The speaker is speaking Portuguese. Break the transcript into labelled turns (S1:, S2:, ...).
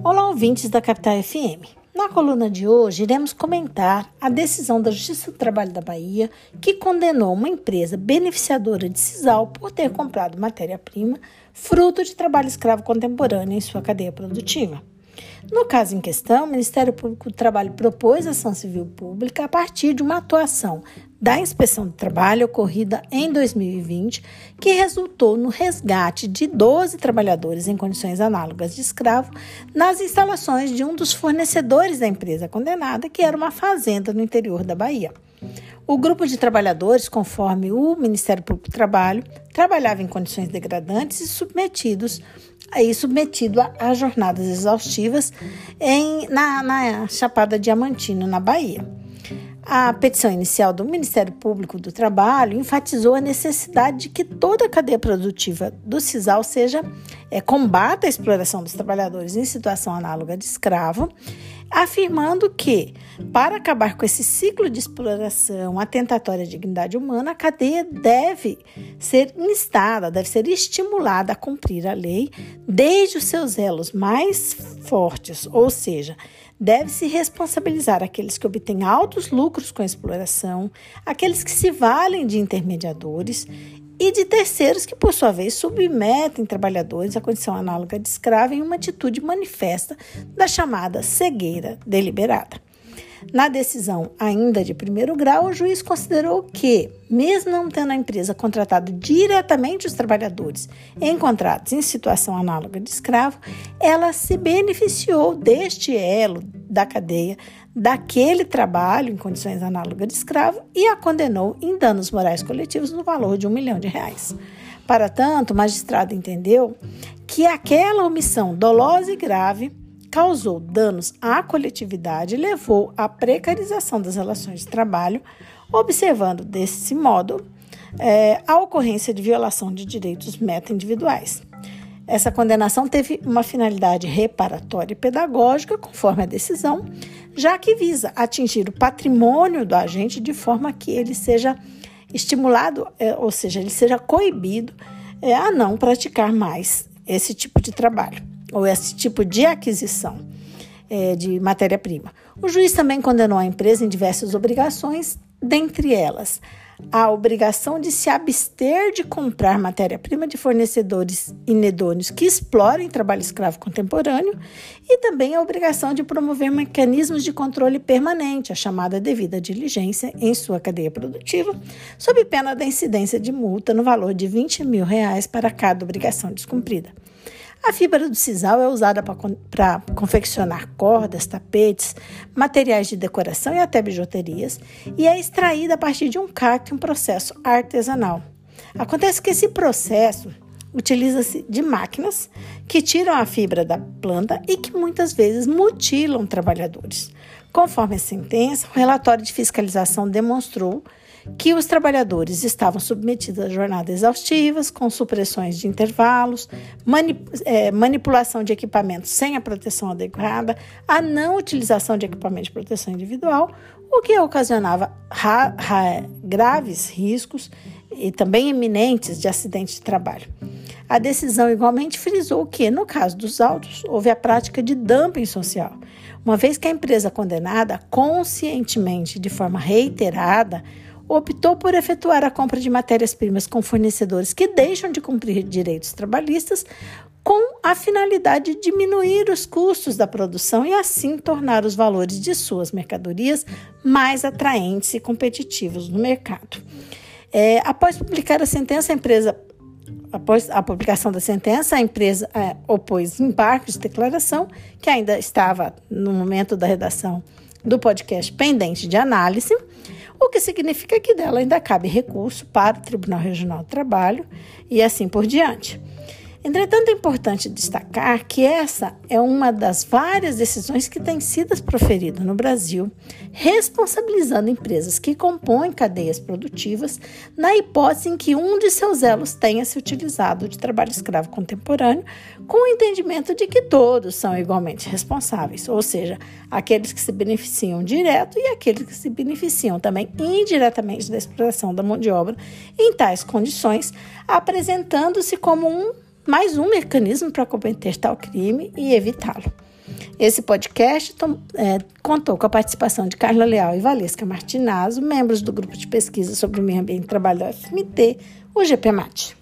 S1: Olá, ouvintes da Capital FM. Na coluna de hoje, iremos comentar a decisão da Justiça do Trabalho da Bahia que condenou uma empresa beneficiadora de sisal por ter comprado matéria-prima fruto de trabalho escravo contemporâneo em sua cadeia produtiva. No caso em questão, o Ministério Público do Trabalho propôs ação civil pública a partir de uma atuação da Inspeção do Trabalho ocorrida em 2020, que resultou no resgate de 12 trabalhadores em condições análogas de escravo nas instalações de um dos fornecedores da empresa condenada, que era uma fazenda no interior da Bahia. O grupo de trabalhadores, conforme o Ministério Público do Trabalho, trabalhava em condições degradantes e submetido a jornadas exaustivas na Chapada Diamantina, na Bahia. A petição inicial do Ministério Público do Trabalho enfatizou a necessidade de que toda a cadeia produtiva do sisal combata a exploração dos trabalhadores em situação análoga de escravo, afirmando que, para acabar com esse ciclo de exploração atentatória à dignidade humana, a cadeia deve ser instada, deve ser estimulada a cumprir a lei desde os seus elos mais fortes, ou seja, deve-se responsabilizar aqueles que obtêm altos lucros com a exploração, aqueles que se valem de intermediadores e de terceiros que, por sua vez, submetem trabalhadores à condição análoga de escravo em uma atitude manifesta da chamada cegueira deliberada. Na decisão ainda de primeiro grau, o juiz considerou que, mesmo não tendo a empresa contratado diretamente os trabalhadores encontrados em situação análoga de escravo, ela se beneficiou deste elo da cadeia, daquele trabalho em condições análogas de escravo e a condenou em danos morais coletivos no valor de R$1 milhão. Para tanto, o magistrado entendeu que aquela omissão dolosa e grave causou danos à coletividade e levou à precarização das relações de trabalho, observando desse modo a ocorrência de violação de direitos meta-individuais. Essa condenação teve uma finalidade reparatória e pedagógica, conforme a decisão, já que visa atingir o patrimônio do agente de forma que ele seja estimulado, ou seja, ele seja coibido a não praticar mais esse tipo de trabalho ou esse tipo de aquisição de matéria-prima. O juiz também condenou a empresa em diversas obrigações, dentre elas a obrigação de se abster de comprar matéria-prima de fornecedores inidôneos que explorem trabalho escravo contemporâneo e também a obrigação de promover mecanismos de controle permanente, a chamada devida diligência, em sua cadeia produtiva, sob pena da incidência de multa no valor de R$20 mil para cada obrigação descumprida. A fibra do sisal é usada para confeccionar cordas, tapetes, materiais de decoração e até bijuterias e é extraída a partir de um cacto em um processo artesanal. Acontece que esse processo utiliza-se de máquinas que tiram a fibra da planta e que muitas vezes mutilam trabalhadores. Conforme a sentença, o relatório de fiscalização demonstrou que os trabalhadores estavam submetidos a jornadas exaustivas, com supressões de intervalos, manipulação de equipamentos sem a proteção adequada, a não utilização de equipamento de proteção individual, o que ocasionava graves riscos e também iminentes de acidente de trabalho. A decisão igualmente frisou que, no caso dos autos, houve a prática de dumping social, uma vez que a empresa condenada, conscientemente, de forma reiterada, optou por efetuar a compra de matérias-primas com fornecedores que deixam de cumprir direitos trabalhistas com a finalidade de diminuir os custos da produção e assim tornar os valores de suas mercadorias mais atraentes e competitivos no mercado. Após a publicação da sentença, a empresa opôs embargos de declaração, que ainda estava, no momento da redação do podcast, pendente de análise, o que significa que dela ainda cabe recurso para o Tribunal Regional do Trabalho e assim por diante. Entretanto, é importante destacar que essa é uma das várias decisões que têm sido proferidas no Brasil, responsabilizando empresas que compõem cadeias produtivas na hipótese em que um de seus elos tenha se utilizado de trabalho escravo contemporâneo, com o entendimento de que todos são igualmente responsáveis, ou seja, aqueles que se beneficiam direto e aqueles que se beneficiam também indiretamente da exploração da mão de obra em tais condições, apresentando-se como mais um mecanismo para cometer tal crime e evitá-lo. Esse podcast contou com a participação de Carla Leal e Valesca Martinazzo, membros do Grupo de Pesquisa sobre o Meio Ambiente e Trabalho da UFMT, o GPMAT.